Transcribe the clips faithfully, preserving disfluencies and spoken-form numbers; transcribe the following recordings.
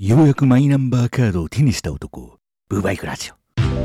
ようやくマイナンバーカードを手にした男、ブーバイクラジオ。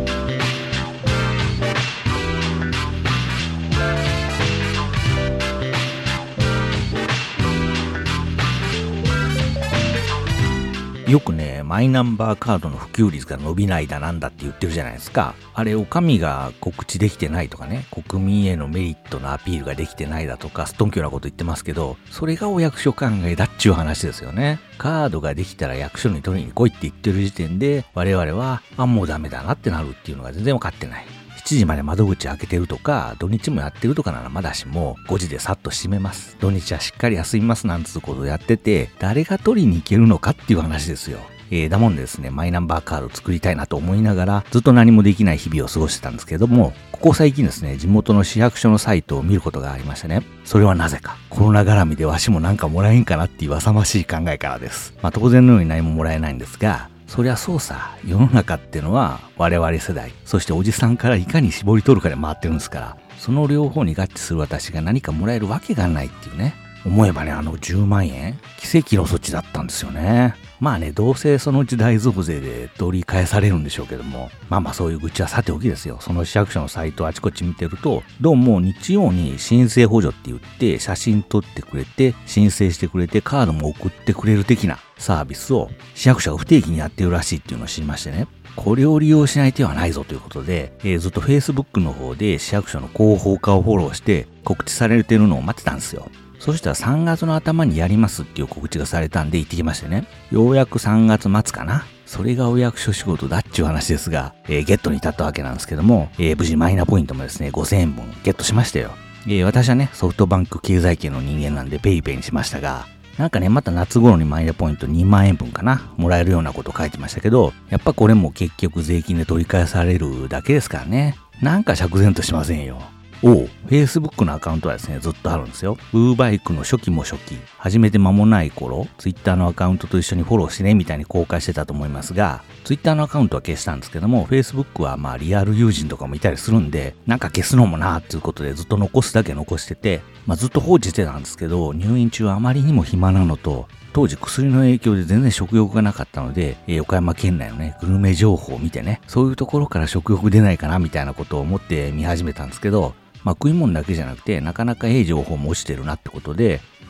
よくね、マイナンバーカードの普及率が伸びないだなんだって言ってるじゃないですか。あれ、お上が告知できてないとかね、国民へのメリットのアピールができてないだとか、すっとんきょうなこと言ってますけど、それがお役所考えだっちゅう話ですよね。カードができたら役所に取りに来いって言ってる時点で、我々は、あ、もうダメだなってなるっていうのが全然分かってない。しちじまで窓口開けてるとか、土日もやってるとかならまだしも、ごじでさっと閉めます。土日はしっかり休みますなんつうことをやってて、誰が取りに行けるのかっていう話ですよ。えー、だもんでですね、マイナンバーカード作りたいなと思いながら、ずっと何もできない日々を過ごしてたんですけれども、ここ最近ですね、地元の市役所のサイトを見ることがありましてね、それはなぜか、コロナ絡みでわしもなんかもらえんかなっていう浅ましい考えからです。まあ当然のように何ももらえないんですが、そりゃそうさ、世の中ってのは我々世代、そしておじさんからいかに絞り取るかで回ってるんですから、その両方に合致する私が何かもらえるわけがないっていうね。思えばね、あのじゅうまんえん、奇跡の措置だったんですよね。まあね、どうせそのうち大増税で取り返されるんでしょうけども、まあまあそういう愚痴はさておきですよ。その市役所のサイトをあちこち見てると、どうも日曜に申請補助って言って写真撮ってくれて、申請してくれてカードも送ってくれる的なサービスを市役所が不定期にやってるらしいっていうのを知りましてね。これを利用しない手はないぞということで、えー、ずっと Facebook の方で市役所の広報課をフォローして告知されてるのを待ってたんですよ。そしたらさんがつの頭にやりますっていう告知がされたんで行ってきましてね。ようやくさんがつ末かな。それがお役所仕事だっちゅう話ですが、えー、ゲットに至ったわけなんですけども、えー、無事マイナポイントもですね、ごせんえんぶんゲットしましたよ。えー、私はね、ソフトバンク経済圏の人間なんでペイペイにしましたが、なんかね、また夏頃にマイナポイントにまんえんぶんかな、もらえるようなこと書いてましたけど、やっぱこれも結局税金で取り返されるだけですからね。なんか釈然としませんよ。おう、Facebook のアカウントはですね、ずっとあるんですよ。ブーバイクの初期も初期、始めて間もない頃、Twitter のアカウントと一緒にフォローしてね、みたいに公開してたと思いますが、Twitter のアカウントは消したんですけども、Facebook はまあリアル友人とかもいたりするんで、なんか消すのもなーっていうことでずっと残すだけ残してて、まあずっと放置してたんですけど、入院中はあまりにも暇なのと、当時薬の影響で全然食欲がなかったので、えー、岡山県内のね、グルメ情報を見てね、そういうところから食欲出ないかなみたいなことを思って見始めたんですけど、まあ食い物だけじゃなくて、なかなかええ情報も落ちてるなってことで、うん、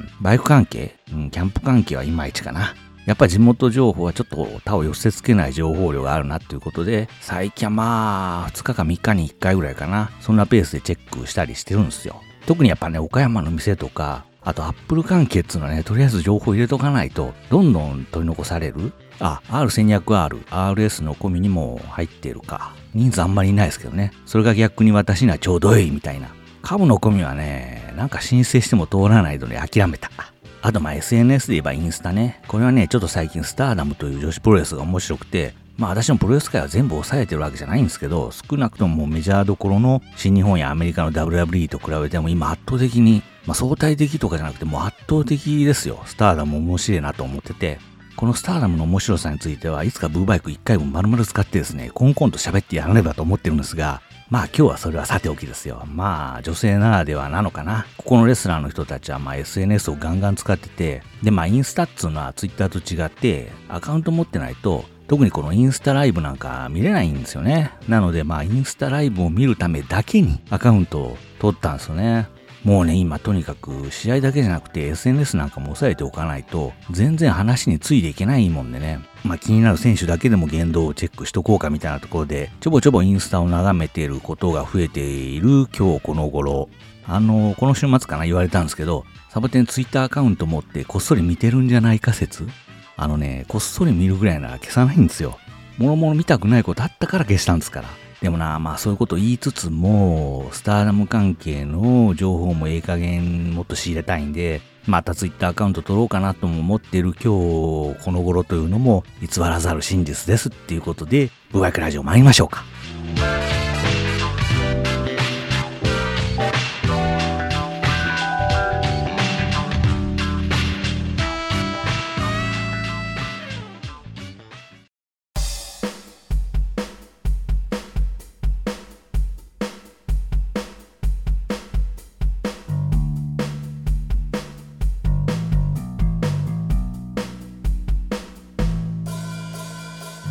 バイク関係、うん、キャンプ関係はいまいちかな。やっぱ地元情報はちょっと他を寄せ付けない情報量があるなっていうことで、最近はまあふつかかみっかにいっかいぐらいかな、そんなペースでチェックしたりしてるんですよ。特にやっぱね、岡山の店とか、あとアップル関係っていうのはね、とりあえず情報入れとかないと、どんどん取り残される。あ、アールせんにひゃくアール、アールエス の込みにも入っているか。人数あんまりいないですけどね。それが逆に私にはちょうどいいみたいな。株の込みはね、なんか申請しても通らないので諦めた。あとまあ エスエヌエス で言えばインスタね。これはね、ちょっと最近スターダムという女子プロレスが面白くて、まあ私のプロレス界は全部抑えてるわけじゃないんですけど、少なくともメジャーどころの新日本やアメリカの ダブリューダブリューイー と比べても今圧倒的に、まあ相対的とかじゃなくてもう圧倒的ですよ。スターダム面白いなと思ってて、このスターダムの面白さについてはいつかブーバイクいっかいぶん丸々使ってですね、コンコンと喋ってやらねばと思ってるんですが、まあ今日はそれはさておきですよ。まあ女性ならではなのかな。ここのレスラーの人たちはまあ エスエヌエス をガンガン使ってて、でまあインスタっつうのはツイッターと違ってアカウント持ってないと、特にこのインスタライブなんか見れないんですよね。なのでまあインスタライブを見るためだけにアカウントを取ったんですよね。もうね、今とにかく試合だけじゃなくて エスエヌエス なんかも抑えておかないと全然話についていけないもんでね。まあ気になる選手だけでも言動をチェックしとこうかみたいなところでちょぼちょぼインスタを眺めていることが増えている今日この頃。あの、この週末かな言われたんですけど、サボテンツイッターアカウント持ってこっそり見てるんじゃないか説。あのね、こっそり見るぐらいなら消さないんですよ。もろもろ見たくないことあったから消したんですから。でもな、まあそういうこと言いつつも、スターダム関係の情報もええ加減もっと仕入れたいんで、またツイッターアカウント取ろうかなとも思っている今日この頃というのも偽らざる真実ですっていうことで、ブーバイクラジオ参りましょうか。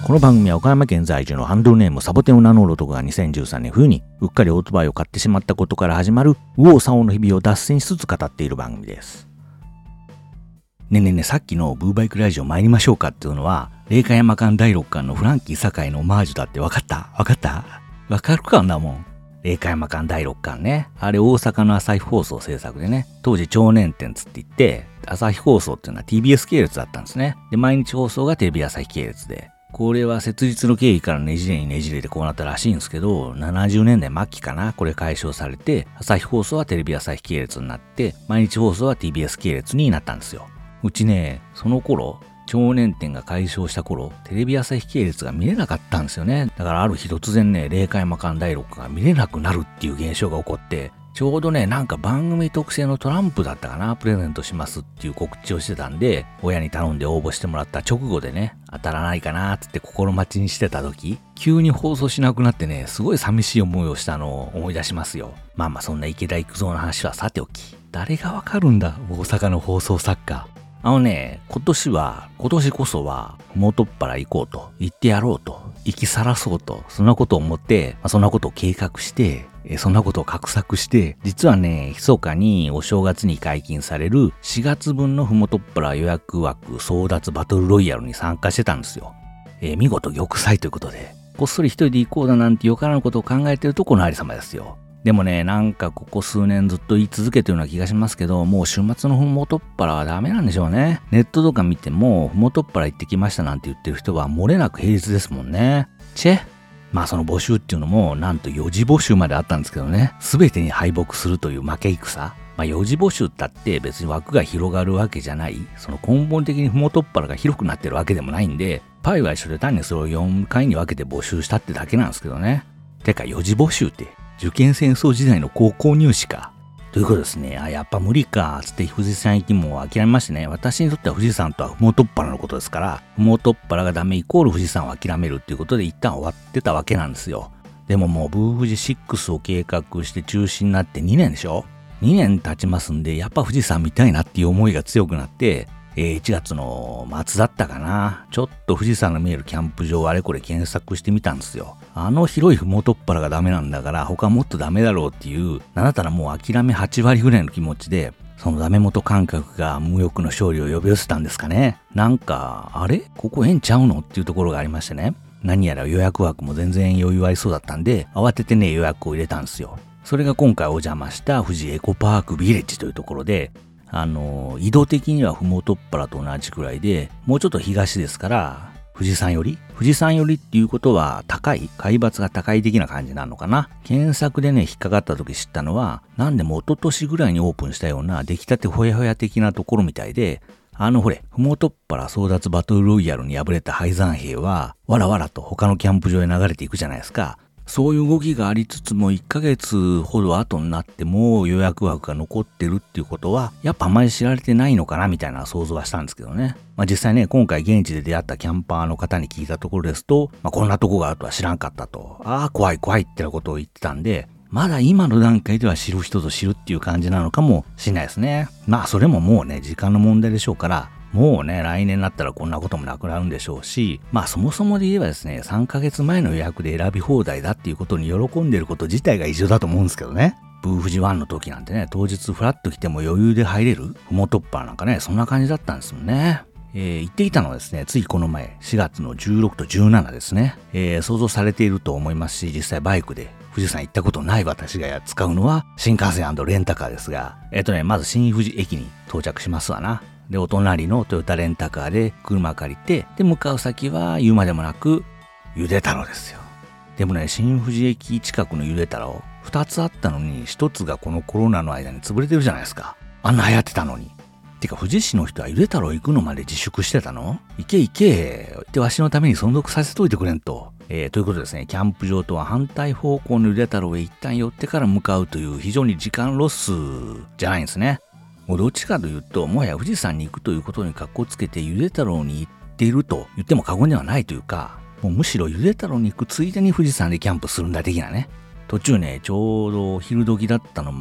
この番組は岡山県在住のハンドルネームサボテンを名乗る男がにせんじゅうさんねん冬にうっかりオートバイを買ってしまったことから始まる右往左往の日々を脱線しつつ語っている番組です。ねえねえねえ、さっきのブーバイクラジオ参りましょうかっていうのは霊界山間だいろっかんのフランキー堺のオマージュだって分かった分かった分かるかんなもん。霊界山間だいろっかんね。あれ大阪の朝日放送制作でね、当時超年展つって言って、朝日放送っていうのは ティービーエス 系列だったんですね。で、毎日放送がテレビ朝日系列で。これは設立の経緯からねじれにねじれてこうなったらしいんですけど、ななじゅうねんだい末期かな、これ解消されて、朝日放送はテレビ朝日系列になって、毎日放送は ティービーエス 系列になったんですよ。うちね、その頃、超年展が解消した頃、テレビ朝日系列が見れなかったんですよね。だからある日突然ね、霊界山間だいろっかんが見れなくなるっていう現象が起こって、ちょうどね、なんか番組特製のトランプだったかな、プレゼントしますっていう告知をしてたんで、親に頼んで応募してもらった直後でね、当たらないかなーつって心待ちにしてた時、急に放送しなくなってね、すごい寂しい思いをしたのを思い出しますよ。まあまあそんな池田育三の話はさておき、誰がわかるんだ、大阪の放送作家。あのね、今年は、今年こそは、ふもとっぱら行こうと、行ってやろうと、行きさらそうと、そんなことを思って、まあ、そんなことを計画して、えそんなことを画策して、実はね、密かにお正月に解禁されるしがつぶんのふもとっぱら予約枠争奪バトルロイヤルに参加してたんですよ。えー、見事玉砕ということで、こっそり一人で行こうだなんてよからぬことを考えてるとこのありさまですよ。でもね、なんかここ数年ずっと言い続けてるような気がしますけど、もう週末のふもとっぱらはダメなんでしょうね。ネットとか見ても、ふもとっぱら行ってきましたなんて言ってる人は漏れなく平日ですもんね。チェまあその募集っていうのも、なんとよじ募集まであったんですけどね。すべてに敗北するという負け戦。まあよじ募集だって別に枠が広がるわけじゃない。その根本的にふもとっぱらが広くなってるわけでもないんで、パイは一緒で単にそれをよんかいに分けて募集したってだけなんですけどね。てかよじ募集って、受験戦争時代の高校入試か。ということですね。あ、やっぱ無理か。つって富士山行きも諦めましてね。私にとっては富士山とはふもとっぱらのことですから、ふもとっぱらがダメイコール富士山を諦めるっていうことで一旦終わってたわけなんですよ。でももうブーフジシックスを計画して中止になってにねんでしょ ?に 年経ちますんで、やっぱ富士山見たいなっていう思いが強くなって、えー、いちがつの末だったかな。ちょっと富士山が見えるキャンプ場あれこれ検索してみたんですよ。あの広いふもとっぱらがダメなんだから他もっとダメだろうっていう、なんだったらもう諦めはちわりぐらいの気持ちで、そのダメ元感覚が無欲の勝利を呼び寄せたんですかね。なんか、あれここええんちゃうのっていうところがありましてね。何やら予約枠も全然余裕ありそうだったんで、慌ててね予約を入れたんですよ。それが今回お邪魔した富士エコパークビレッジというところで、あの、緯度的にはふもとっぱらと同じくらいで、もうちょっと東ですから、富士山より富士山よりっていうことは高い海抜が高い的な感じなのかな。検索でね、引っかかった時知ったのは、なんでも一昨年ぐらいにオープンしたような出来たてほやほや的なところみたいで、あのほれ、ふもとっぱら争奪バトルロイヤルに敗れた敗山兵は、わらわらと他のキャンプ場へ流れていくじゃないですか。そういう動きがありつつもいっかげつほど後になっても予約枠が残ってるっていうことはやっぱあまり知られてないのかなみたいな想像はしたんですけどね。まあ実際ね、今回現地で出会ったキャンパーの方に聞いたところですと、まあこんなとこがあるとは知らんかったと。ああ、怖い怖いってなことを言ってたんで、まだ今の段階では知る人ぞ知るっていう感じなのかもしれないですね。まあそれももうね、時間の問題でしょうから、もうね、来年になったらこんなこともなくなるんでしょうし、まあそもそもで言えばですね、さんかげつまえの予約で選び放題だっていうことに喜んでること自体が異常だと思うんですけどね。ブーフジワンの時なんてね、当日フラッと来ても余裕で入れるふもとっぱらなんかね、そんな感じだったんですよね。えー、言っていたのはですね、ついこの前、しがつのじゅうろくとじゅうしちですね、えー、想像されていると思いますし、実際バイクで富士山行ったことない私が使うのは新幹線&レンタカーですが、えっとね、まず新富士駅に到着しますわな。で、お隣のトヨタレンタカーで車借りて、で、向かう先は言うまでもなく、ゆで太郎ですよ。でもね、新富士駅近くのゆで太郎、二つあったのに、一つがこのコロナの間に潰れてるじゃないですか。あんな流行ってたのに。てか、富士市の人はゆで太郎行くのまで自粛してたの？行け行け。ってわしのために存続させといてくれんと。えー、ということですね、キャンプ場とは反対方向のゆで太郎へ一旦寄ってから向かうという非常に時間ロスじゃないんですね。もうどっちかというと、もはや富士山に行くということに格好つけてゆで太郎に行っていると言っても過言ではないというか、もうむしろゆで太郎に行くついでに富士山でキャンプするんだ的なね。途中ね、ちょうど昼時だったのもあっ 、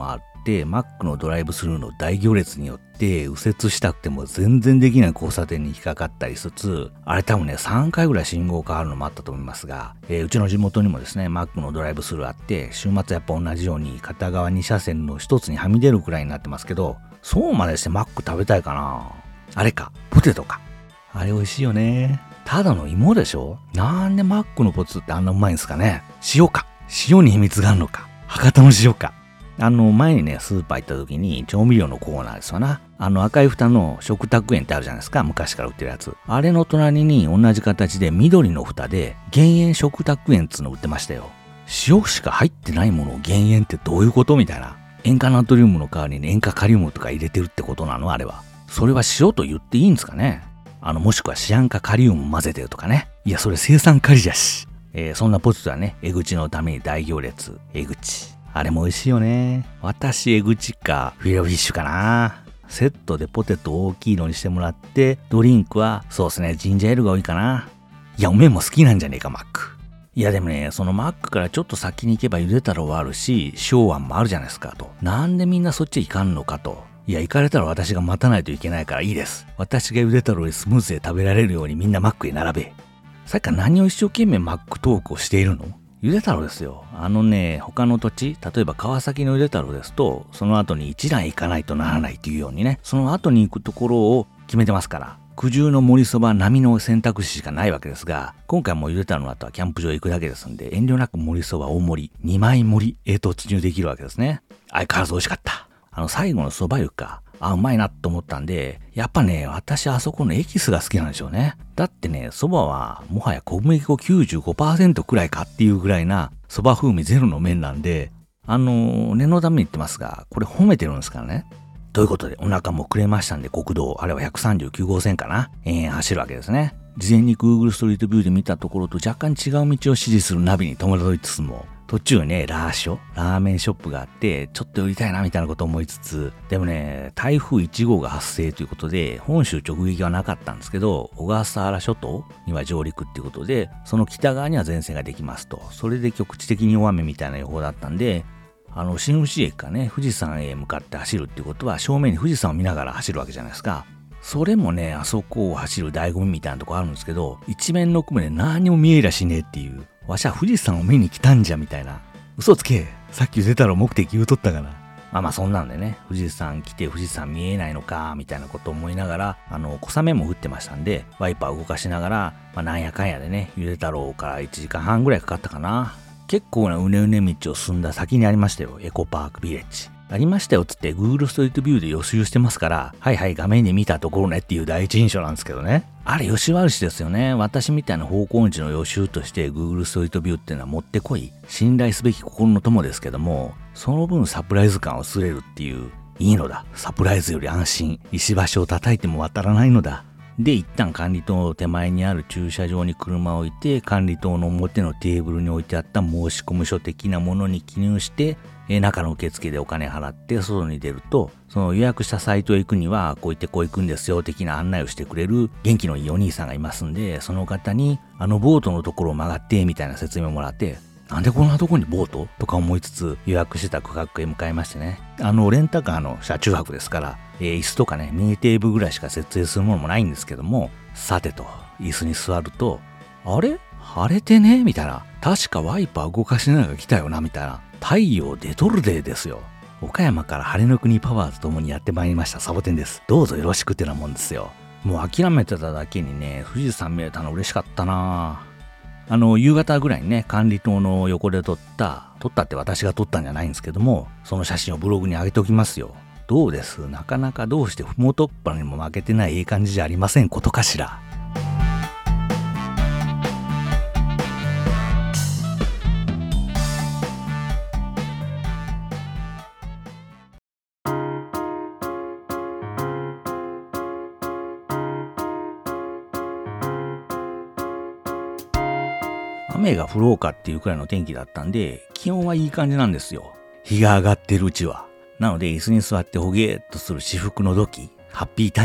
マックのドライブスルーの大行列によって右折したくても全然できない交差点に引っかかったりしつつ、あれ多分ねさんかいぐらい信号変わるのもあったと思いますが、えー、うちの地元にもですねマックのドライブスルーあって、週末やっぱ同じように片側に車線の一つにはみ出るくらいになってますけど、そうまでしてマック食べたいかな。あれかポテトか、あれ美味しいよね。ただの芋でしょ。なんでマックのポテトってあんなうまいんですかね。塩か、塩に秘密があるのか、博多の塩か。あの前にねスーパー行った時に調味料のコーナーですわな、あの赤い蓋の食卓園ってあるじゃないですか、昔から売ってるやつ。あれの隣に同じ形で緑の蓋で減塩食卓園っつうの売ってましたよ。塩しか入ってないものを減塩ってどういうことみたいな。塩化ナトリウムの代わりに塩化カリウムとか入れてるってことなのあれは。それは塩と言っていいんですかね。あのもしくはシアン化カリウム混ぜてるとかね。いやそれ生酸カリじゃし。えー、そんなポテトはね江口のために大行列。江口あれも美味しいよね。私江口かフィレオフィッシュかな。セットでポテト大きいのにしてもらって、ドリンクはそうですねジンジャーエールが多いかな。いやおめえも好きなんじゃねえかマック。いやでもねそのマックからちょっと先に行けばゆで太郎はあるし小碗もあるじゃないですかと。なんでみんなそっちへ行かんのかと。いや行かれたら私が待たないといけないからいいです。私がゆで太郎にスムーズで食べられるようにみんなマックへ並べ。さっきから何を一生懸命マックトークをしているの。ゆで太郎ですよ。あのね他の土地、例えば川崎のゆで太郎ですとその後に一蘭行かないとならないっていうようにね、その後に行くところを決めてますから、苦渋の盛りそば並みの選択肢しかないわけですが、今回もゆで太郎の後はキャンプ場へ行くだけですんで、遠慮なく盛りそば大盛りにまい盛りへ突入できるわけですね。相変わらず美味しかった。あの最後のそば湯か、あうまいなと思ったんで、やっぱね私あそこのエキスが好きなんでしょうね。だってねそばはもはや小麦粉 きゅうじゅうごパーセント くらいかっていうぐらいなそば風味ゼロの麺なんで、あのー、念のために言ってますがこれ褒めてるんですからね。ということでお腹もくれましたんで、国道あれはひゃくさんじゅうきゅうごうせんかな、延々走るわけですね。事前に Google ストリートビューで見たところと若干違う道を指示するナビに戸惑いつつも、途中ねラーショラーメンショップがあってちょっと寄りたいなみたいなことを思いつつ、でもね台風いちごうが発生ということで本州直撃はなかったんですけど、小笠原諸島には上陸っていうことで、その北側には前線ができますと。それで局地的に大雨みたいな予報だったんで、あの新牛駅かね富士山へ向かって走るっていうことは正面に富士山を見ながら走るわけじゃないですか。それもねあそこを走る醍醐味みたいなとこあるんですけど、一面の雲で何も見えりゃしねえっていう、わしは富士山を見に来たんじゃみたいな。嘘つけ、さっき出たら目的言うとったかな。まあまあそんなんでね、富士山来て富士山見えないのかみたいなことを思いながら、あの小雨も降ってましたんでワイパー動かしながら、まあなんやかんやでねゆで太郎からいちじかんはんぐらいかかったかな。結構なうねうね道を進んだ先にありましたよ、エコパークビレッジ。ありましたよっつって Google ストリートビューで予習してますから、はいはい画面で見たところねっていう第一印象なんですけどね。あれ予習悪しですよね。私みたいな方向音痴の予習として Google ストリートビューっていうのはもってこい信頼すべき心の友ですけども、その分サプライズ感を薄れるっていう、いいのだサプライズより安心、石橋を叩いても渡らないのだ。で一旦管理棟の手前にある駐車場に車を置いて、管理棟の表のテーブルに置いてあった申し込み書的なものに記入して、え中の受付でお金払って外に出ると、その予約したサイトへ行くにはこう言ってこう行くんですよ的な案内をしてくれる元気のいいお兄さんがいますんで、その方にあのボートのところを曲がってみたいな説明をもらって、なんでこんなとこにボートとか思いつつ予約してた区画へ向かいましてね。あのレンタカーの車中泊ですから、えー、椅子とかねミニテーブルぐらいしか設営するものもないんですけども、さてと椅子に座ると、あれ晴れてねみたいな、確かワイパー動かしながら来たよなみたいな、太陽出とるでですよ。岡山から晴れの国パワーズともにやってまいりましたサボテンです。どうぞよろしくってなもんですよ。もう諦めてただけにね富士山見れたの嬉しかったな。あの夕方ぐらいにね管理棟の横で撮った撮ったって私が撮ったんじゃないんですけども、その写真をブログに上げておきますよ。どうです、なかなかどうしてふもとっぱにも負けてないいい感じじゃありませんことかしら。雨が降ろうかっていうくらいの天気だったんで、気温はいい感じなんですよ。日が上がってるうちは。なので椅子に座ってほげーっとする至福の時、ハッピータイム、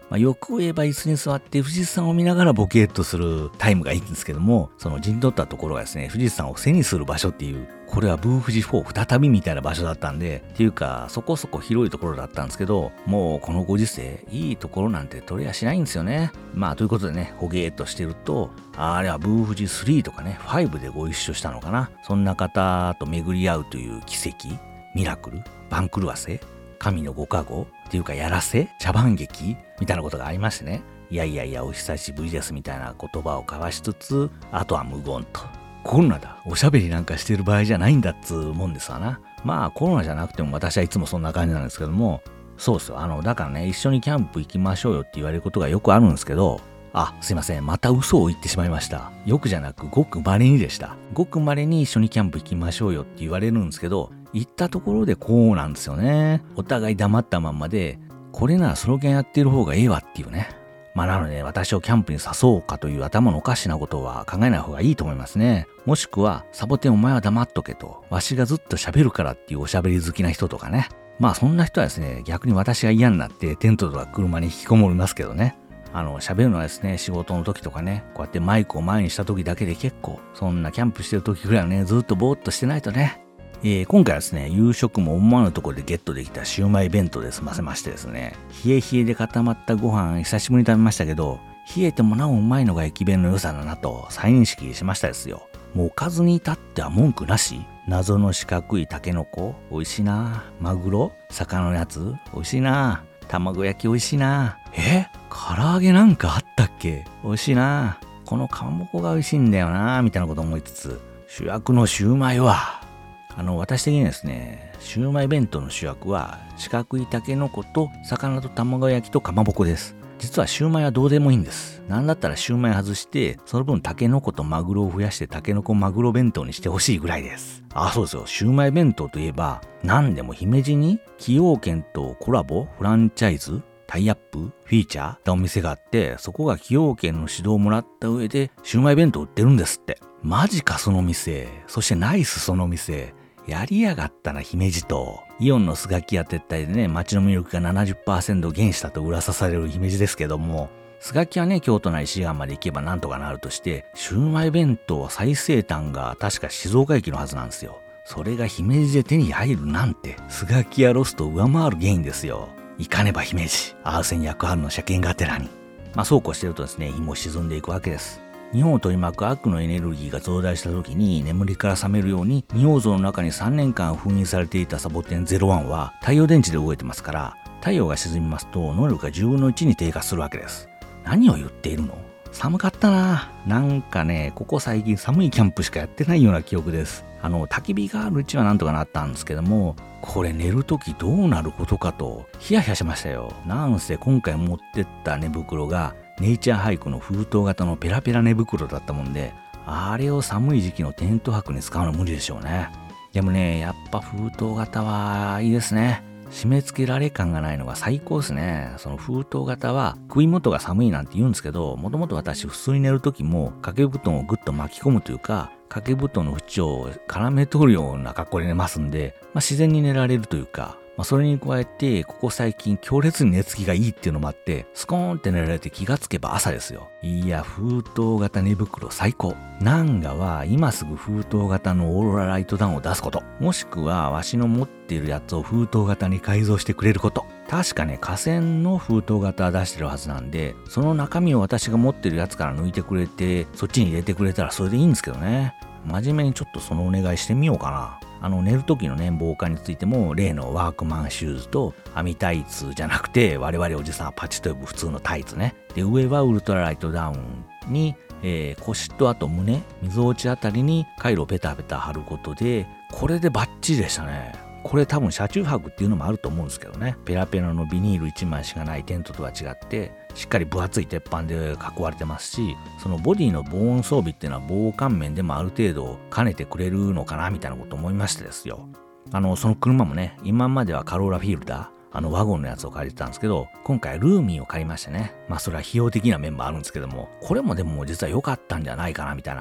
まあ、よく言えば椅子に座って富士山を見ながらボケーっとするタイムがいいんですけども、その陣取ったところがですね、富士山を背にする場所っていう、これはブーフジフォー再びみたいな場所だったんで、っていうかそこそこ広いところだったんですけど、もうこのご時世いいところなんて取れやしないんですよね。まあということでね、ほげーっとしてると、あれはブーフジスリーとかね、ファイブでご一緒したのかな。そんな方と巡り合うという奇跡、ミラクル、番狂わせ、神のご加護っていうかやらせ、茶番劇みたいなことがありましてね。いやいやいやお久しぶりですみたいな言葉を交わしつつ、あとは無言と。コロナだ、おしゃべりなんかしてる場合じゃないんだっつうもんですわな。まあコロナじゃなくても私はいつもそんな感じなんですけども、そうですよ。あのだからね、一緒にキャンプ行きましょうよって言われることがよくあるんですけど、あ、すいません。また嘘を言ってしまいました。よくじゃなく、ごく稀にでした。ごく稀に一緒にキャンプ行きましょうよって言われるんですけど、行ったところでこうなんですよね。お互い黙ったまんまで、これならソロキャンやってる方がええわっていうね。まあなので、私をキャンプに誘おうかという頭のおかしなことは考えない方がいいと思いますね。もしくは、サボテンお前は黙っとけと、わしがずっと喋るからっていうおしゃべり好きな人とかね。まあそんな人はですね、逆に私が嫌になってテントとか車に引きこもりますけどね。あの、喋るのはですね、仕事の時とかね、こうやってマイクを前にした時だけで結構、そんなキャンプしてる時ぐらいはね、ずっとぼーっとしてないとね。えー、今回はですね、夕食も思わぬところでゲットできたシウマイ弁当で済ませましてですね、冷え冷えで固まったご飯久しぶりに食べましたけど、冷えてもなおうまいのが駅弁の良さだなと再認識しましたですよ。もうおかずに至っては文句なし。謎の四角いタケノコ、美味しいな。マグロ、魚のやつ、美味しいな。卵焼き美味しいな。え？唐揚げなんかあったっけ？美味しいな。このかまぼこが美味しいんだよな、みたいなこと思いつつ、主役のシューマイは、あの、私的にですね、シューマイ弁当の主役は、四角いタケノコと魚と卵焼きとかまぼこです。実はシューマイはどうでもいいんです。なんだったらシューマイ外して、その分タケノコとマグロを増やしてタケノコマグロ弁当にしてほしいぐらいです。あ、そうですよ。シューマイ弁当といえば、何でも姫路に崎陽軒とコラボ、フランチャイズ、タイアップ、フィーチャーってお店があって、そこが崎陽軒の指導をもらった上で、シューマイ弁当売ってるんですって。マジかその店。そしてナイスその店。やりやがったな、姫路と。イオンのスガキ屋撤退でね、街の魅力が ななじゅっパーセント 減したと噂される姫路ですけども、スガキはね、京都なり滋賀まで行けばなんとかなるとして、シューマイ弁当最西端が確か静岡駅のはずなんですよ。それが姫路で手に入るなんて、スガキ屋ロスと上回る原因ですよ。行かねば姫路、アーセン薬販の車検がてらに。まあそうこうしてるとですね、日も沈んでいくわけです。日本を取り巻く悪のエネルギーが増大した時に眠りから覚めるように仁王像の中にさんねんかん封印されていたサボテンゼロワンは太陽電池で動いてますから、太陽が沈みますと能力がじゅうぶんのいちに低下するわけです。何を言っているの？寒かったな。なんかね、ここ最近寒いキャンプしかやってないような記憶です。あの、焚き火があるうちはなんとかなったんですけども、これ寝るときどうなることかとヒヤヒヤしましたよ。なんせ今回持ってった寝袋がネイチャーハイクの封筒型のペラペラ寝袋だったもんで、あれを寒い時期のテント泊に使うの無理でしょうね。でもね、やっぱ封筒型はいいですね。締め付けられ感がないのが最高ですね。その封筒型は首元が寒いなんて言うんですけど、もともと私普通に寝るときも掛け布団をぐっと巻き込むというか、掛け布団の縁を絡め取るような格好で寝ますんで、まあ、自然に寝られるというか、まあ、それに加えて、ここ最近強烈に寝つきがいいっていうのもあって、スコーンって寝られて気がつけば朝ですよ。いや、封筒型寝袋最高。ナンガは今すぐ封筒型のオーロラライトダウンを出すこと。もしくは、わしの持っているやつを封筒型に改造してくれること。確かね、河川の封筒型は出してるはずなんで、その中身を私が持ってるやつから抜いてくれて、そっちに入れてくれたらそれでいいんですけどね。真面目にちょっとそのお願いしてみようかな。あの寝る時のね防寒についても例のワークマンシューズと網タイツじゃなくて我々おじさんはパチと呼ぶ普通のタイツね。で上はウルトラライトダウンに、えー、腰とあと胸、みぞおちあたりにカイロをペタペタ貼ることでこれでバッチリでしたね。これ多分車中泊っていうのもあると思うんですけどね。ペラペラのビニールいちまいしかないテントとは違ってしっかり分厚い鉄板で囲われてますし、そのボディの防音装備っていうのは防寒面でもある程度兼ねてくれるのかなみたいなこと思いましてですよ。あのその車もね、今まではカローラフィールダー、あのワゴンのやつを借りてたんですけど、今回ルーミーを借りましてね。まあそれは費用的な面もあるんですけども、これもでも実は良かったんじゃないかなみたいな。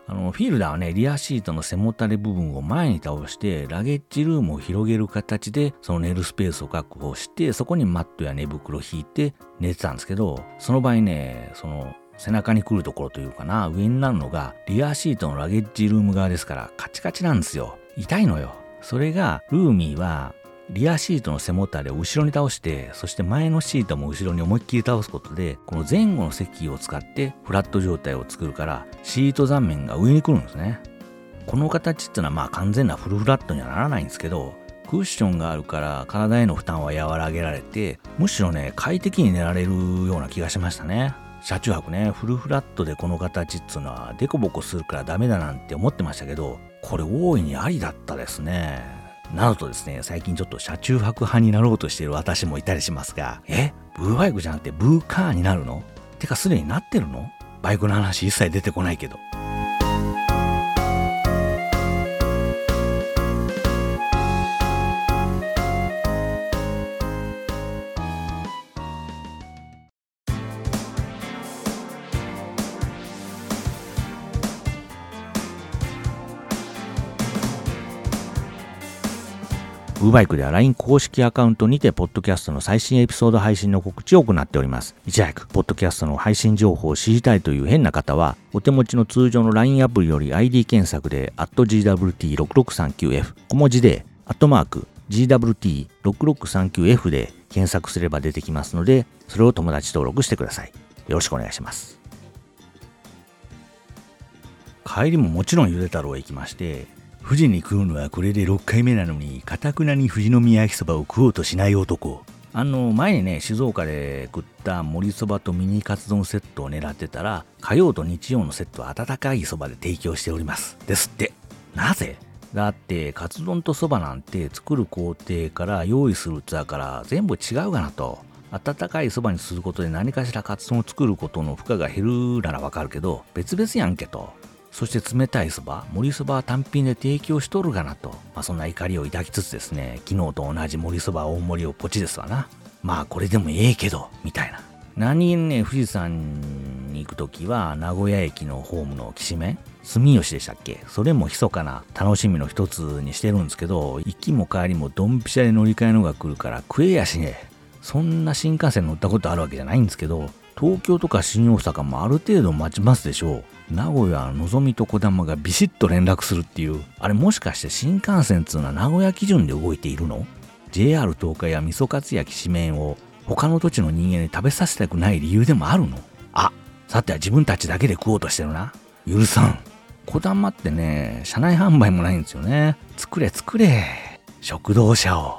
あのフィールダーはね、リアシートの背もたれ部分を前に倒してラゲッジルームを広げる形でその寝るスペースを確保して、そこにマットや寝袋を引いて寝てたんですけど、その場合ね、その背中に来るところというかな、上になるのがリアシートのラゲッジルーム側ですからカチカチなんですよ。痛いのよ。それがルーミーはリアシートの背もたれを後ろに倒して、そして前のシートも後ろに思いっきり倒すことで、この前後の席を使ってフラット状態を作るから、シート座面が上に来るんですね。この形ってのはまあ完全なフルフラットにはならないんですけど、クッションがあるから体への負担は和らげられて、むしろね、快適に寝られるような気がしましたね。車中泊ね、フルフラットでこの形っていうのはデコボコするからダメだなんて思ってましたけど、これ大いにありだったですね。などとですね、最近ちょっと車中泊派になろうとしている私もいたりしますが、えブーバイクじゃなくてブーカーになるの？てかすでになってるの？バイクの話一切出てこないけど。ブーバイクでは ライン 公式アカウントにてポッドキャストの最新エピソード配信の告知を行っております。いち早くポッドキャストの配信情報を知りたいという変な方は、お手持ちの通常の ライン アプリより アイディー 検索で アットジーダブリューティーろくろくさんきゅうエフ 小文字でアットマーク ジーダブリューティーろくろくさんきゅうエフ で検索すれば出てきますので、それを友達登録してください。よろしくお願いします。帰りももちろんゆで太郎へ行きまして、富士に来るのはこれでろっかいめなのに、かたくなに富士宮焼きそばを食おうとしない男。あの前にね、静岡で食った盛りそばとミニカツ丼セットを狙ってたら、火曜と日曜のセットは温かいそばで提供しておりますですって。なぜ？だってカツ丼とそばなんて作る工程から用意する器から全部違うかなと。温かいそばにすることで何かしらカツ丼を作ることの負荷が減るならわかるけど、別々やんけと。そして冷たいそば、盛りそばは単品で提供しとるかなと、まあ、そんな怒りを抱きつつですね、昨日と同じ盛りそば大盛りをポチですわな。まあこれでもええけどみたいな。何気にね、富士山に行くときは名古屋駅のホームのきしめん、住吉でしたっけ、それも密かな楽しみの一つにしてるんですけど、行きも帰りもドンピシャで乗り換えのが来るから食えやしね。そんな新幹線乗ったことあるわけじゃないんですけど、東京とか新大阪もある程度待ちますでしょう。名古屋のぞみとこだまがビシッと連絡するっていう、あれもしかして新幹線っつうのは名古屋基準で動いているの？ ジェイアール 東海や味噌カツやきしめんを他の土地の人間に食べさせたくない理由でもあるの？あ、さては自分たちだけで食おうとしてるな。許さん。こだまってね、車内販売もないんですよね。作れ作れ、食堂車を。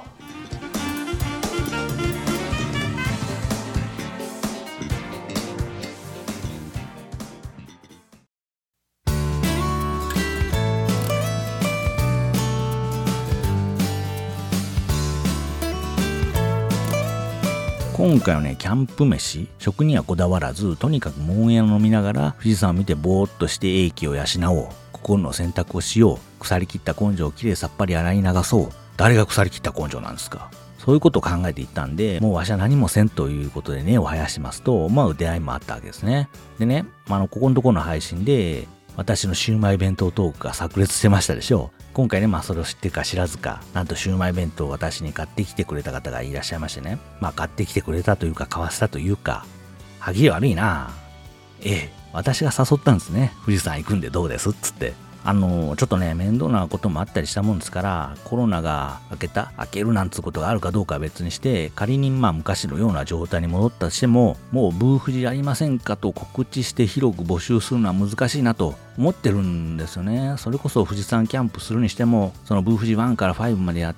今回はね、キャンプ飯、食にはこだわらず、とにかくモンエを飲みながら富士山を見てぼーっとして英気を養おう。心の選択をしよう。腐りきった根性をきれいさっぱり洗い流そう。誰が腐りきった根性なんですか。そういうことを考えていったんで、もうわしは何もせんということで根を生やしますと、まあ出会いもあったわけですね。でね、まあ、あのここのところの配信で、私のシウマイ弁当トークが炸裂してましたでしょう。今回ね、まあそれを知ってか知らずか、なんとシウマイ弁当を私に買ってきてくれた方がいらっしゃいましてね。まあ買ってきてくれたというか、買わせたというか、歯切れ悪いな。ええ、私が誘ったんですね。富士山行くんでどうですっつって。あの、ちょっとね、面倒なこともあったりしたもんですから、コロナが明けた、明けるなんつうことがあるかどうかは別にして、仮にまあ昔のような状態に戻ったとしても、もうブー富士ありませんかと告知して広く募集するのは難しいなと思ってるんですよね。それこそ富士山キャンプするにしても、そのブー富士いちからごまでやって、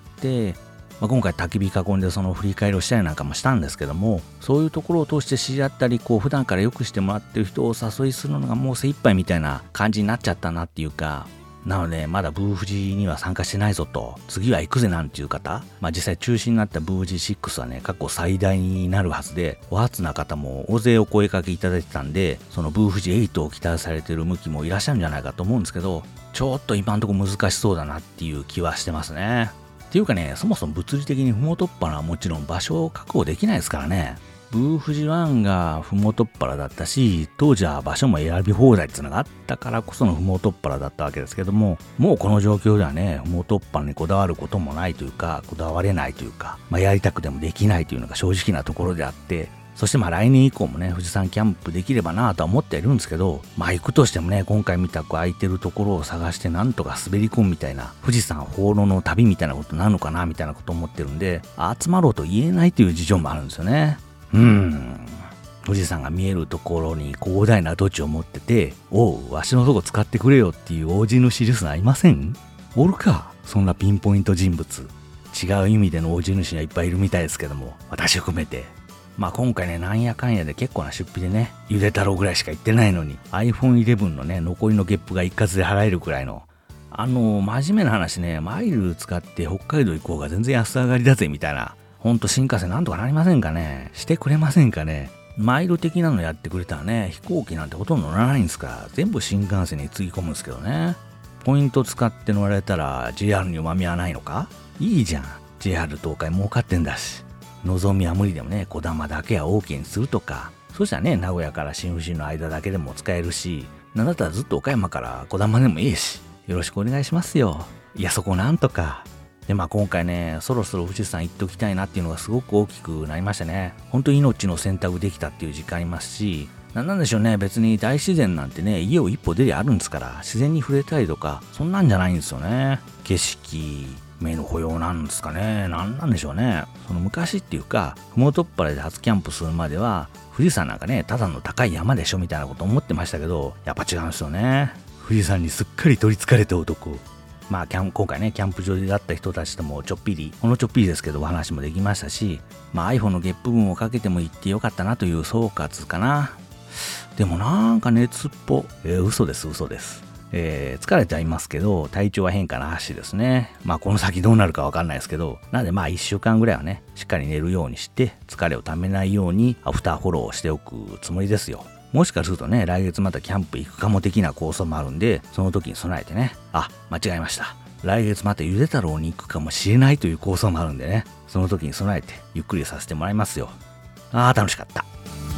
まあ、今回焚き火囲んでその振り返りをしたりなんかもしたんですけども、そういうところを通して知り合ったり、こう普段からよくしてもらってる人をお誘いするのがもう精一杯みたいな感じになっちゃったなっていうか、なのでまだブー富士には参加してないぞと、次は行くぜなんていう方、まあ実際中止になったブー富士ろくはね、過去最大になるはずで、お初な方も大勢お声かけいただいてたんで、そのブー富士はちを期待されている向きもいらっしゃるんじゃないかと思うんですけど、ちょっと今のところ難しそうだなっていう気はしてますね。っていうかね、そもそも物理的にふもとっぱなはもちろん場所を確保できないですからね。 ブーフジワンがふもとっぱらだったし、当時は場所も選び放題っていうのがあったからこそのふもとっぱらだったわけですけども、もうこの状況ではね、ふもとっぱらにこだわることもないというか、こだわれないというか、まあ、やりたくてもできないというのが正直なところであって、そしてまあ来年以降もね、富士山キャンプできればなとは思っているんですけど、まあ行くとしてもね、今回みたく空いてるところを探してなんとか滑り込むみたいな、富士山放浪の旅みたいなことになるのかなみたいなことを思ってるんで、集まろうと言えないという事情もあるんですよね。うーん。富士山が見えるところに広大な土地を持ってて、おう、わしのとこ使ってくれよっていう大地主リスナーいません？おるか、そんなピンポイント人物。違う意味での大地主はいっぱいいるみたいですけども、私含めて。まあ今回ね、なんやかんやで結構な出費でね、ゆで太郎ぐらいしか行ってないのに、アイフォンイレブン のね、残りのゲップが一括で払えるくらいの、あの、真面目な話ね、マイル使って北海道行こうが全然安上がりだぜみたいな、ほんと新幹線なんとかなりませんかね？してくれませんかね？マイル的なのやってくれたらね、飛行機なんてほとんど乗らないんですから、全部新幹線につぎ込むんですけどね。ポイント使って乗られたら ジェイアール にうまみはないのか？いいじゃん。ジェイアール 東海儲かってんだし。のぞみは無理でもね、こだまだけは OK にするとか、そしたらね、名古屋から新富士の間だけでも使えるし、なんだったらずっと岡山からこだまでもいいし、よろしくお願いしますよ。いや、そこなんとか。で、まあ今回ね、そろそろ富士山行っておきたいなっていうのがすごく大きくなりましたね。本当に命の選択できたっていう時間ありますし、なんなんでしょうね、別に大自然なんてね、家を一歩出りゃあるんですから、自然に触れたりとか、そんなんじゃないんですよね。景色、目の保養なんですかね。なんなんでしょうね。その昔っていうか、ふもとっぱらで初キャンプするまでは、富士山なんかね、ただの高い山でしょみたいなこと思ってましたけど、やっぱ違うんですよね。富士山にすっかり取り憑かれた男。まあキャン今回ね、キャンプ場で会った人たちともちょっぴり、ほんのちょっぴりですけどお話もできましたし、まあ iPhone のゲップ分をかけても行ってよかったなという総括かな。でもなんか熱っぽ、えー、嘘です嘘です。えー、疲れてはいますけど、体調は変化なしですね。まあこの先どうなるかわかんないですけど、なのでまあいっしゅうかんぐらいはね、しっかり寝るようにして、疲れをためないようにアフターフォローをしておくつもりですよ。もしかするとね、来月またキャンプ行くかも的な構想もあるんで、その時に備えてね、あ、間違えました。来月またゆで太郎に行くかもしれないという構想もあるんでね、その時に備えてゆっくりさせてもらいますよ。あー、楽しかった。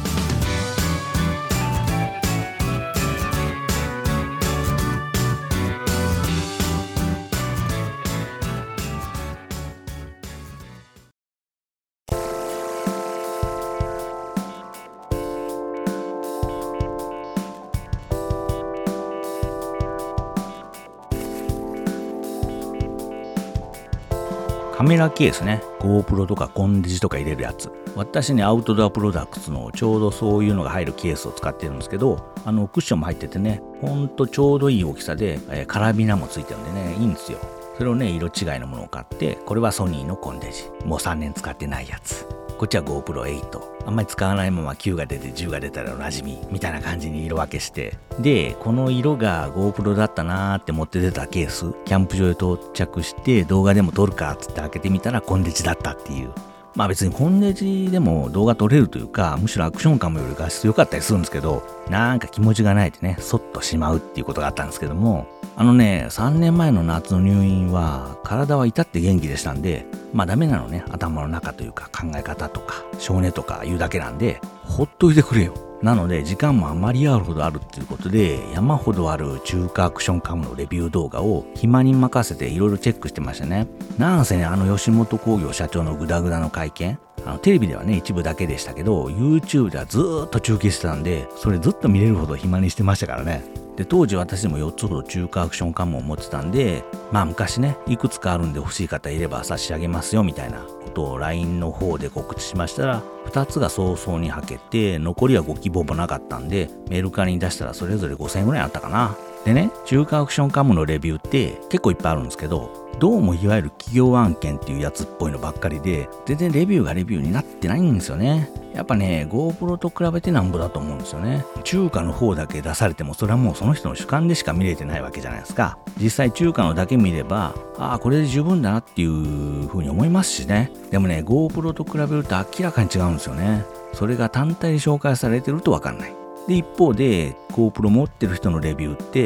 カメラケースね、GoPro とかコンデジとか入れるやつ。私ね、アウトドアプロダクツのちょうどそういうのが入るケースを使ってるんですけど、あのクッションも入っててね、ほんとちょうどいい大きさで、えー、カラビナもついてるんでね、いいんですよ。それをね、色違いのものを買って、これはソニーのコンデジ。もうさんねん使ってないやつ。こっちは GoPro エイト。あんまり使わないままきゅうが出てじゅうが出たらおなじみみたいな感じに色分けして、でこの色が GoPro だったなーって持って出たケース、キャンプ場へ到着して動画でも撮るかっつって開けてみたらコンデジだったっていう。まあ別にコンデジでも動画撮れるというか、むしろアクションカムより画質良かったりするんですけど、なんか気持ちがないでね、そっとしまうっていうことがあったんですけども、あのね、さんねんまえの夏の入院は体は至って元気でしたんで、まあダメなのね、頭の中というか考え方とか性根とか言うだけなんで、ほっといてくれよ。なので時間もあまりあるほどあるっていうことで、山ほどある中華アクションカムのレビュー動画を暇に任せていろいろチェックしてましたね。なんせね、あの吉本興業社長のグダグダの会見、あのテレビではね一部だけでしたけど YouTube ではずーっと中継してたんで、それずっと見れるほど暇にしてましたからね。で当時私でもよっつほど中華アクションカムを持ってたんで、まあ昔ねいくつかあるんで欲しい方いれば差し上げますよみたいなことを ライン の方で告知しましたら、ふたつが早々にはけて、残りはご希望もなかったんでメルカリに出したらそれぞれごせんえんぐらいあったかな。でね、中華アクションカムのレビューって結構いっぱいあるんですけど、どうもいわゆる企業案件っていうやつっぽいのばっかりで、全然レビューがレビューになってないんですよね。やっぱね、GoPro と比べてなんぼだと思うんですよね。中華の方だけ出されても、それはもうその人の主観でしか見れてないわけじゃないですか。実際中華のだけ見れば、ああ、これで十分だなっていう風に思いますしね。でもね、GoPro と比べると明らかに違うんですよね。それが単体で紹介されてるとわかんない。で、一方で GoPro 持ってる人のレビューって、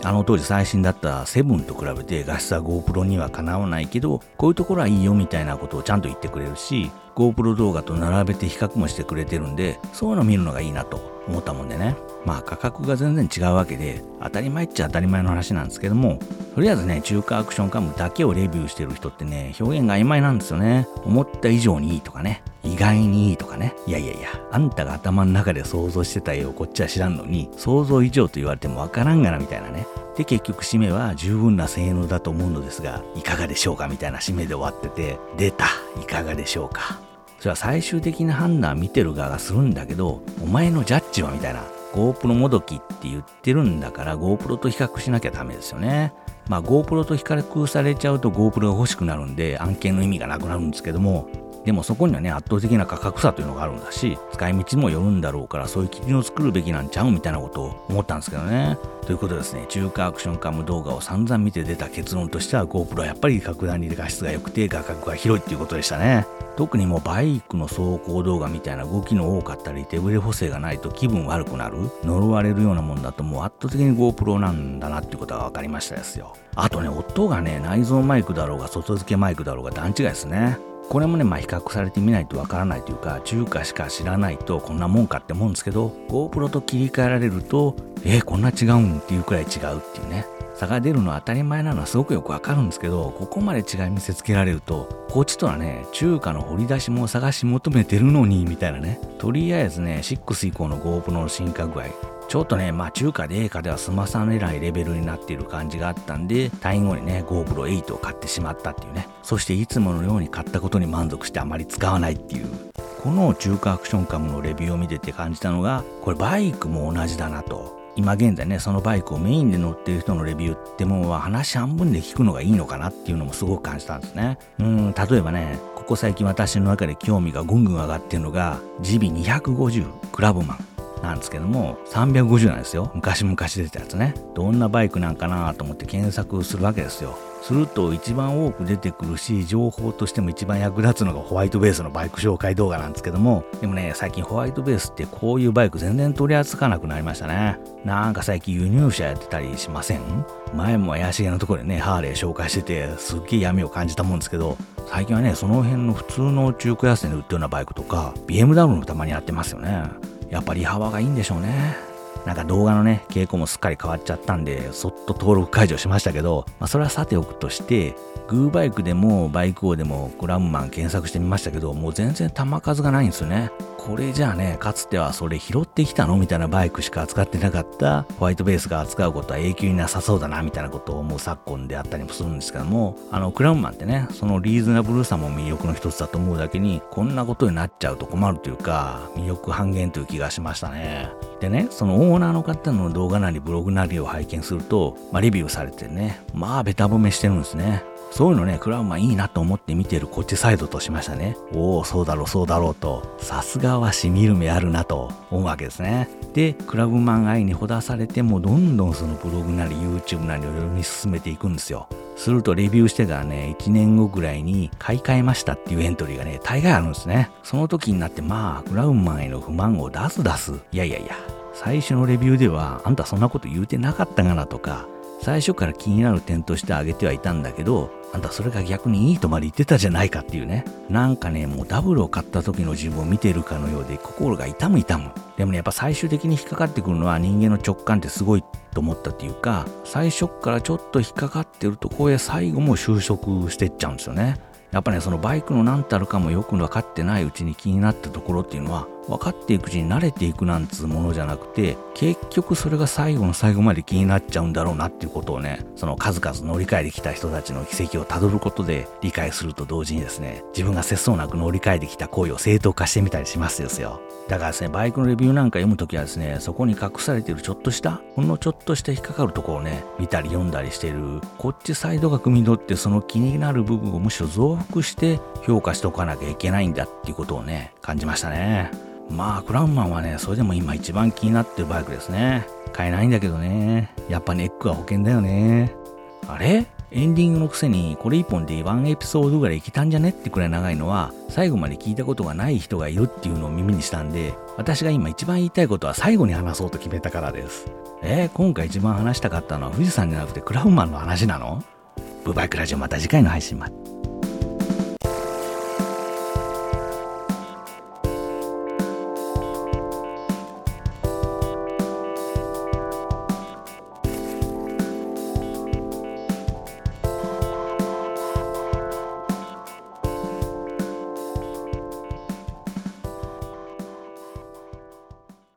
あの当時最新だったセブンと比べて画質は GoPro にはかなわないけど、こういうところはいいよみたいなことをちゃんと言ってくれるし、GoPro 動画と並べて比較もしてくれてるんで、そういうの見るのがいいなと思ったもんでね。まあ価格が全然違うわけで、当たり前っちゃ当たり前の話なんですけども、とりあえずね、中華アクションカムだけをレビューしてる人ってね、表現が曖昧なんですよね。思った以上にいいとかね、意外にいいとかね。いやいやいや、あんたが頭の中で想像してた絵をこっちは知らんのに、想像以上と言われてもわからんがなみたいなね。で、結局締めは十分な性能だと思うのですが、いかがでしょうかみたいな締めで終わってて、出た、いかがでしょうか。それは最終的な判断見てる側がするんだけど、お前のジャッジはみたいな。GoPro もどきって言ってるんだから GoPro と比較しなきゃダメですよね。まあ GoPro と比較されちゃうと GoPro が欲しくなるんで案件の意味がなくなるんですけども、でもそこにはね圧倒的な価格差というのがあるんだし、使い道もよるんだろうから、そういう基準を作るべきなんちゃうみたいなことを思ったんですけどね。ということですね、中華アクションカム動画を散々見て出た結論としては GoPro はやっぱり格段に画質が良くて画角が広いっていうことでしたね。特にもうバイクの走行動画みたいな動きの多かったり手ブレ補正がないと気分悪くなる、呪われるようなもんだともう圧倒的に GoPro なんだなっていうことが分かりましたですよ。あとね、音がね内蔵マイクだろうが外付けマイクだろうが段違いですね。これもね、まあ比較されてみないとわからないというか、中華しか知らないとこんなもんかって思うんですけど、GoPro と切り替えられると、えー、こんな違うんっていうくらい違うっていうね。差が出るのは当たり前なのはすごくよくわかるんですけど、ここまで違い見せつけられると、こっちとはね、中華の掘り出しも探し求めてるのに、みたいなね。とりあえずね、ろく以降の GoPro の進化具合、ちょっとね、まあ中華で A かでは済まされないレベルになっている感じがあったんで、退院後にね、GoPro エイトを買ってしまったっていうね。そしていつものように買ったことに満足してあまり使わないっていう。この中華アクションカムのレビューを見てて感じたのが、これバイクも同じだなと。今現在ね、そのバイクをメインで乗っている人のレビューってもう話半分で聞くのがいいのかなっていうのもすごく感じたんですね。うーん、例えばね、ここ最近私の中で興味がぐんぐん上がってるのが ジービーにひゃくごじゅう クラブマンなんですけども、さんびゃくごじゅうなんですよ。昔々出てたやつね。どんなバイクなんかなと思って検索するわけですよ。すると一番多く出てくるし、情報としても一番役立つのがホワイトベースのバイク紹介動画なんですけども、でもね、最近ホワイトベースってこういうバイク全然取り扱わなくなりましたね。なんか最近輸入車やってたりしません？前も怪しげなところでね、ハーレー紹介しててすっげえ闇を感じたもんですけど、最近はね、その辺の普通の中古安値で売ってるようなバイクとか ビーエムダブリュー もたまにやってますよね。やっぱり幅がいいんでしょうね。なんか動画のね、傾向もすっかり変わっちゃったんで、そっと登録解除しましたけど、まあそれはさておくとして、グーバイクでもバイク王でもクラブマン検索してみましたけど、もう全然弾数がないんですよね。これじゃあね、かつてはそれ拾ってきたのみたいなバイクしか扱ってなかったホワイトベースが扱うことは永久になさそうだなみたいなことを思う昨今であったりもするんですけども、あのクラブマンってね、そのリーズナブルさも魅力の一つだと思うだけに、こんなことになっちゃうと困るというか、魅力半減という気がしましたね。でね、そのオーナーの方の動画なりブログなりを拝見すると、まあ、レビューされてね、まあベタ褒めしてるんですね。そういうのね、クラブマンいいなと思って見てるこっちサイドとしましたね。おお、そうだろうそうだろうと、さすがはしみる目あるなと思うわけですね。で、クラブマン愛にほだされてもどんどんそのブログなり YouTube なりを読み進めていくんですよ。するとレビューしてからね、いちねんごぐらいに買い替えましたっていうエントリーがね、大概あるんですね。その時になってまあ、クラブマンへの不満を出す出す。いやいやいや、最初のレビューではあんたそんなこと言うてなかったがなとか、最初から気になる点として挙げてはいたんだけど、あんたそれが逆にいいとまで言ってたじゃないかっていうね。なんかね、もうダブルを買った時の自分を見てるかのようで心が痛む痛む。でもね、やっぱ最終的に引っかかってくるのは人間の直感ってすごいと思ったっていうか、最初からちょっと引っかかってるとこへ最後も収束してっちゃうんですよね。やっぱね、そのバイクの何たるかもよく分かってないうちに気になったところっていうのは、分かっていくうちに慣れていくなんつうものじゃなくて、結局それが最後の最後まで気になっちゃうんだろうなっていうことをね、その数々乗り換えてきた人たちの軌跡をたどることで理解すると同時にですね、自分が節操なく乗り換えてきた行為を正当化してみたりしますですよ。だからですね、バイクのレビューなんか読むときはですね、そこに隠されているちょっとした、ほんのちょっとした引っかかるところをね、見たり読んだりしている、こっちサイドが汲み取ってその気になる部分をむしろ増幅して評価しておかなきゃいけないんだっていうことをね、感じましたね。まあクラウンマンはね、それでも今一番気になってるバイクですね。買えないんだけどね。やっぱネックは保険だよね。あれエンディングのくせにこれ一本でワンエピソードぐらいいけたんじゃねってくらい長いのは、最後まで聞いたことがない人がいるっていうのを耳にしたんで、私が今一番言いたいことは最後に話そうと決めたからです。 えー、今回一番話したかったのは富士山じゃなくてクラウンマンの話なの？ブーバイクラジオ、また次回の配信まで。